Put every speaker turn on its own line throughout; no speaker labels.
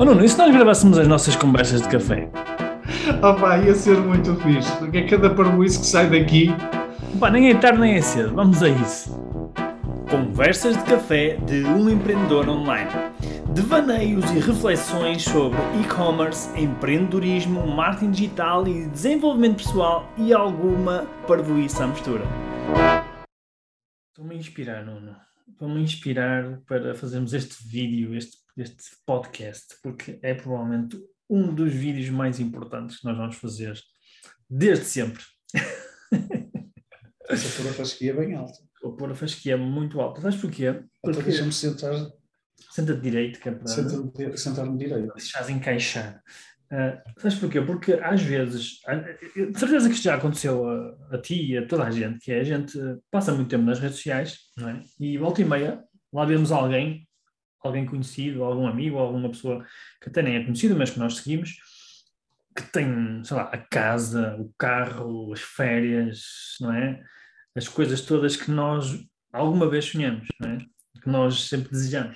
Oh Nuno, e se nós gravássemos as nossas conversas de café?
Pá, ia ser muito fixe, porque é cada parboice que sai daqui.
Pá, nem é tarde nem é cedo, vamos a isso. Conversas de café de um empreendedor online. Devaneios e reflexões sobre e-commerce, empreendedorismo, marketing digital e desenvolvimento pessoal e alguma parvoíce à mistura. Estou-me a inspirar, Nuno. Estou-me a inspirar para fazermos este vídeo, este podcast, porque é provavelmente um dos vídeos mais importantes que nós vamos fazer desde sempre.
Essa pôr a fasquia bem alta.
Vou pôr a fasquia muito alta. Sabes porquê?
Então
Porque
deixa-me sentar,
senta-te direito, que é para
sentar-me direito.
deixares encaixar. Sabes porquê? Porque às vezes, de certeza que isto já aconteceu a ti e a toda a gente, que é a gente passa muito tempo nas redes sociais, não é? E volta e meia, lá vemos alguém conhecido, algum amigo, alguma pessoa que até nem é conhecida, mas que nós seguimos, que tem, sei lá, a casa, o carro, as férias, não é? As coisas todas que nós alguma vez sonhamos, não é? Que nós sempre desejamos.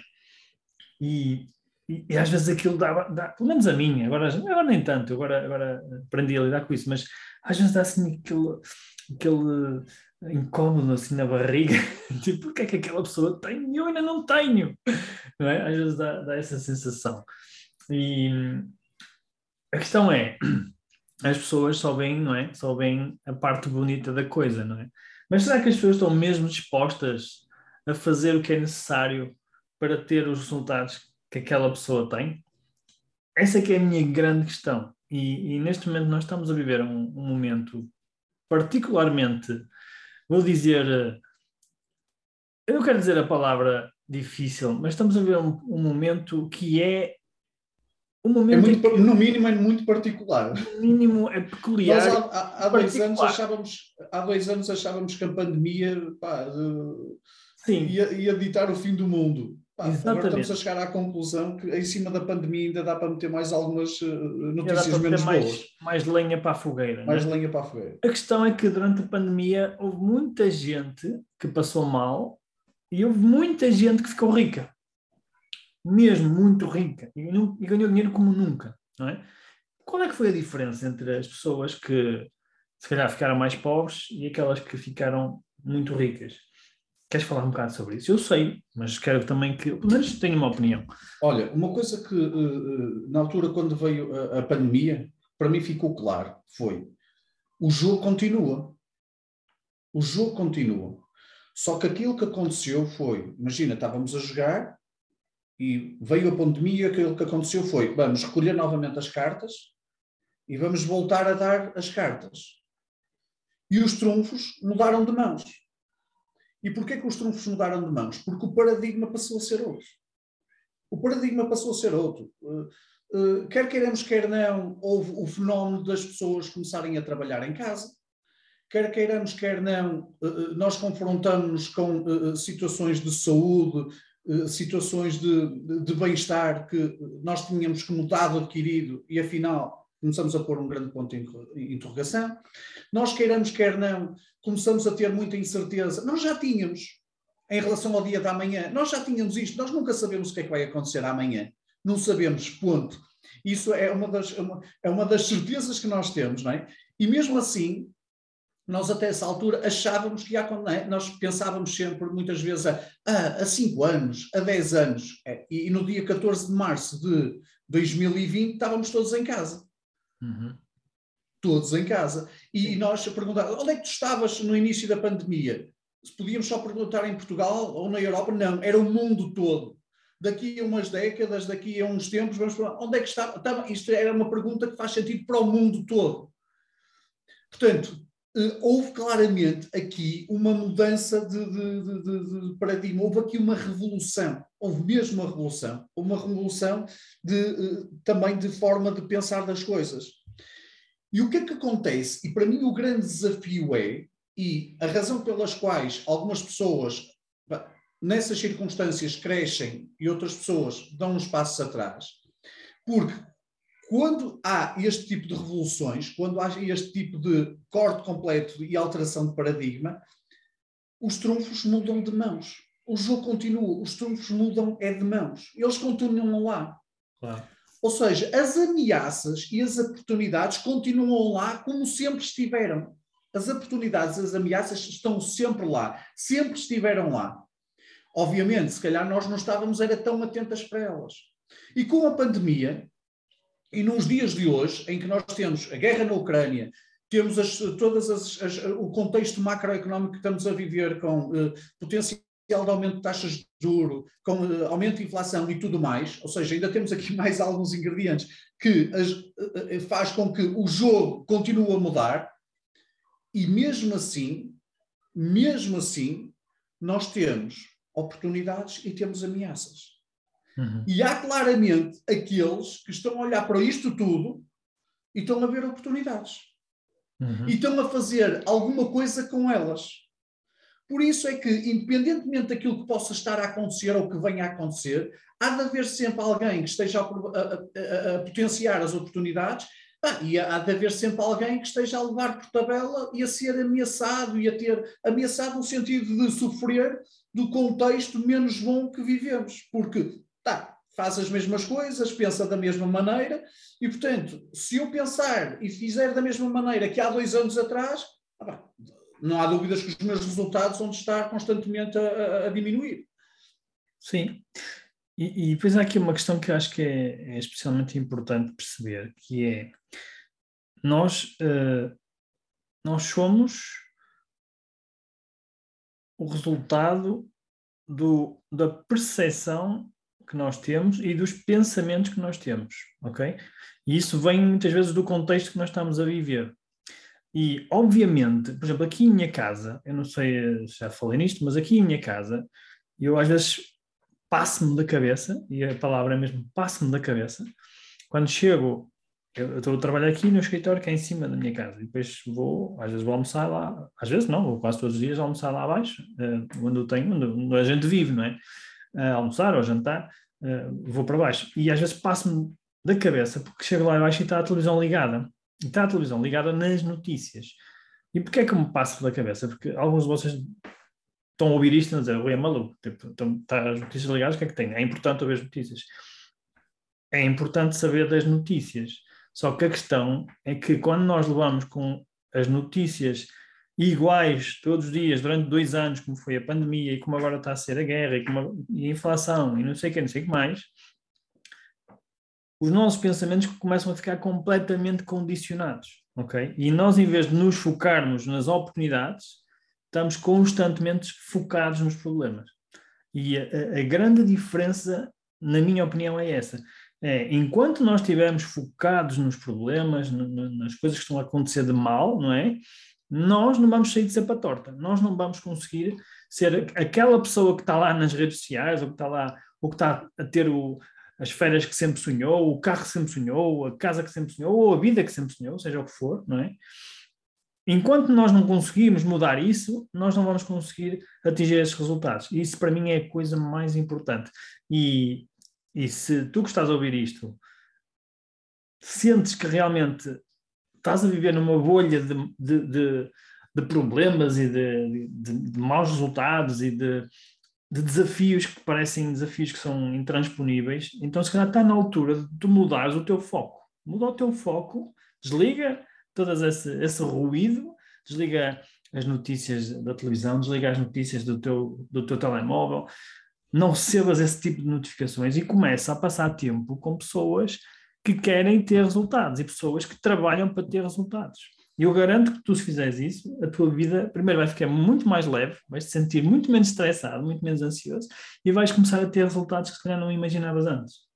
E às vezes aquilo dá, pelo menos a mim, agora nem tanto, agora aprendi a lidar com isso, mas às vezes dá assim aquele incómodo assim na barriga, tipo, porque é que aquela pessoa tem e eu ainda não tenho, não é? Às vezes dá essa sensação. E a questão é, as pessoas só veem, não é? Só veem a parte bonita da coisa, não é? Mas será que as pessoas estão mesmo dispostas a fazer o que é necessário para ter os resultados que aquela pessoa tem? Essa é que é a minha grande questão. E neste momento nós estamos a viver um momento particularmente, vou dizer, eu não quero dizer a palavra difícil, mas estamos a viver um momento que é um
É
momento em
muito,
que,
no mínimo, é muito particular.
no mínimo, é
Nós
peculiar
há
e
2 anos
particular.
achávamos que a pandemia, pá,
Sim,
ia ditar o fim do mundo. Pá, agora estamos a
exatamente.
chegar à conclusão que em cima da pandemia ainda dá para meter mais algumas
Já dá
notícias
para meter
menos boas.
mais lenha para a fogueira, não
Mais
é?
lenha para a fogueira.
A questão é que durante a pandemia houve muita gente que passou mal e houve muita gente que ficou rica, mesmo muito rica, e ganhou dinheiro como nunca, não é? Qual é que foi a diferença entre as pessoas que se calhar ficaram mais pobres e aquelas que ficaram muito ricas? Queres falar um bocado sobre isso? Eu sei, mas quero também que, pelo menos, tenha uma opinião.
Olha, uma coisa que na altura quando veio a pandemia, para mim ficou claro, foi o jogo continua. O jogo continua. Só que aquilo que aconteceu foi, imagina, estávamos a jogar e veio a pandemia, aquilo que aconteceu foi, vamos recolher novamente as cartas e vamos voltar a dar as cartas. E os trunfos mudaram de mãos. E porquê que os trunfos mudaram de mãos? Porque o paradigma passou a ser outro. O paradigma passou a ser outro. Quer queiramos, quer não, houve o fenómeno das pessoas começarem a trabalhar em casa. Quer queiramos, quer não, nós confrontamos-nos com situações de saúde, situações de bem-estar que nós tínhamos como dado adquirido e, afinal, começamos a pôr um grande ponto de interrogação. Nós queiramos, quer não, começamos a ter muita incerteza. Nós já tínhamos, em relação ao dia da manhã, nós já tínhamos isto, nós nunca sabemos o que é que vai acontecer amanhã. Não sabemos, ponto. Isso é uma das certezas que nós temos, não é? E mesmo assim, nós até essa altura achávamos que nós pensávamos sempre, muitas vezes, há 5 anos, há 10 anos, e no dia 14 de março de 2020 estávamos todos em casa.
Uhum.
Todos em casa. E
Sim.
nós perguntávamos, onde é que tu estavas no início da pandemia? Se podíamos só perguntar em Portugal ou na Europa? Não, era o mundo todo. Daqui a umas décadas, daqui a uns tempos, vamos perguntar, onde é que estava? Isto era uma pergunta que faz sentido para o mundo todo. Portanto, houve claramente aqui uma mudança de paradigma, houve aqui uma revolução, houve mesmo uma revolução também de forma de pensar das coisas. E o que é que acontece? E para mim o grande desafio e a razão pelas quais algumas pessoas nessas circunstâncias crescem e outras pessoas dão uns passos atrás, porque quando há este tipo de revoluções, quando há este tipo de corte completo e alteração de paradigma, os trunfos mudam de mãos. O jogo continua, os trunfos mudam de mãos. Eles continuam lá.
Claro.
Ou seja, as ameaças e as oportunidades continuam lá como sempre estiveram. As oportunidades, as ameaças estão sempre lá, sempre estiveram lá. Obviamente, se calhar nós não estávamos era tão atentas para elas. E com a pandemia, e nos dias de hoje, em que nós temos a guerra na Ucrânia, temos o contexto macroeconómico que estamos a viver com potencial de aumento de taxas de juros, com aumento de inflação e tudo mais, ou seja, ainda temos aqui mais alguns ingredientes que faz com que o jogo continue a mudar, e mesmo assim, nós temos oportunidades e temos ameaças.
Uhum.
E há claramente aqueles que estão a olhar para isto tudo e estão a ver oportunidades.
Uhum.
E estão a fazer alguma coisa com elas. Por isso é que, independentemente daquilo que possa estar a acontecer ou que venha a acontecer, há de haver sempre alguém que esteja a potenciar as oportunidades, e há de haver sempre alguém que esteja a levar por tabela e a ser ameaçado, e a ter ameaçado no sentido de sofrer do contexto menos bom que vivemos. Porque, faz as mesmas coisas, pensa da mesma maneira, e, portanto, se eu pensar e fizer da mesma maneira que há 2 anos atrás, não há dúvidas que os meus resultados vão estar constantemente a diminuir.
Sim. E depois há aqui uma questão que eu acho que é especialmente importante perceber, que é nós somos o resultado da percepção que nós temos e dos pensamentos que nós temos, ok? E isso vem muitas vezes do contexto que nós estamos a viver. E, obviamente, por exemplo, aqui em minha casa, eu não sei se já falei nisto, mas aqui em minha casa, eu às vezes passo-me da cabeça, e a palavra é mesmo passo-me da cabeça, quando chego, eu estou a trabalhar aqui no escritório que é em cima da minha casa, e depois às vezes vou almoçar lá, às vezes não, vou quase todos os dias almoçar lá abaixo, onde a gente vive, não é? Almoçar ou jantar, vou para baixo. E às vezes passo-me da cabeça, porque chego lá abaixo e está a televisão ligada. E está a televisão ligada nas notícias. E porquê é que eu me passo da cabeça? Porque alguns de vocês estão a ouvir isto e a dizer, é maluco, então, está as notícias ligadas, o que é que tem? É importante ouvir as notícias. É importante saber das notícias. Só que a questão é que quando nós levamos com as notícias iguais todos os dias, durante 2 anos, como foi a pandemia e como agora está a ser a guerra e a inflação e não sei o que mais, os nossos pensamentos começam a ficar completamente condicionados, ok? E nós, em vez de nos focarmos nas oportunidades, estamos constantemente focados nos problemas. E a grande diferença, na minha opinião, é essa. Enquanto nós estivermos focados nos problemas, nas coisas que estão a acontecer de mal, não é? Nós não vamos sair de cepa torta. Nós não vamos conseguir ser aquela pessoa que está lá nas redes sociais, ou que está lá, ou que está a ter as férias que sempre sonhou, o carro que sempre sonhou, a casa que sempre sonhou, ou a vida que sempre sonhou, seja o que for, não é? Enquanto nós não conseguirmos mudar isso, nós não vamos conseguir atingir esses resultados. E isso, para mim, é a coisa mais importante. E se tu que estás a ouvir isto, sentes que realmente estás a viver numa bolha de problemas e de maus resultados e de desafios que parecem desafios que são intransponíveis, então se calhar está na altura de tu mudares o teu foco. Muda o teu foco, desliga todo esse ruído, desliga as notícias da televisão, desliga as notícias do teu telemóvel, não recebas esse tipo de notificações e começa a passar tempo com pessoas que querem ter resultados e pessoas que trabalham para ter resultados. E eu garanto que tu, se fizeres isso, a tua vida, primeiro, vai ficar muito mais leve, vais te sentir muito menos estressado, muito menos ansioso e vais começar a ter resultados que se calhar não imaginavas antes.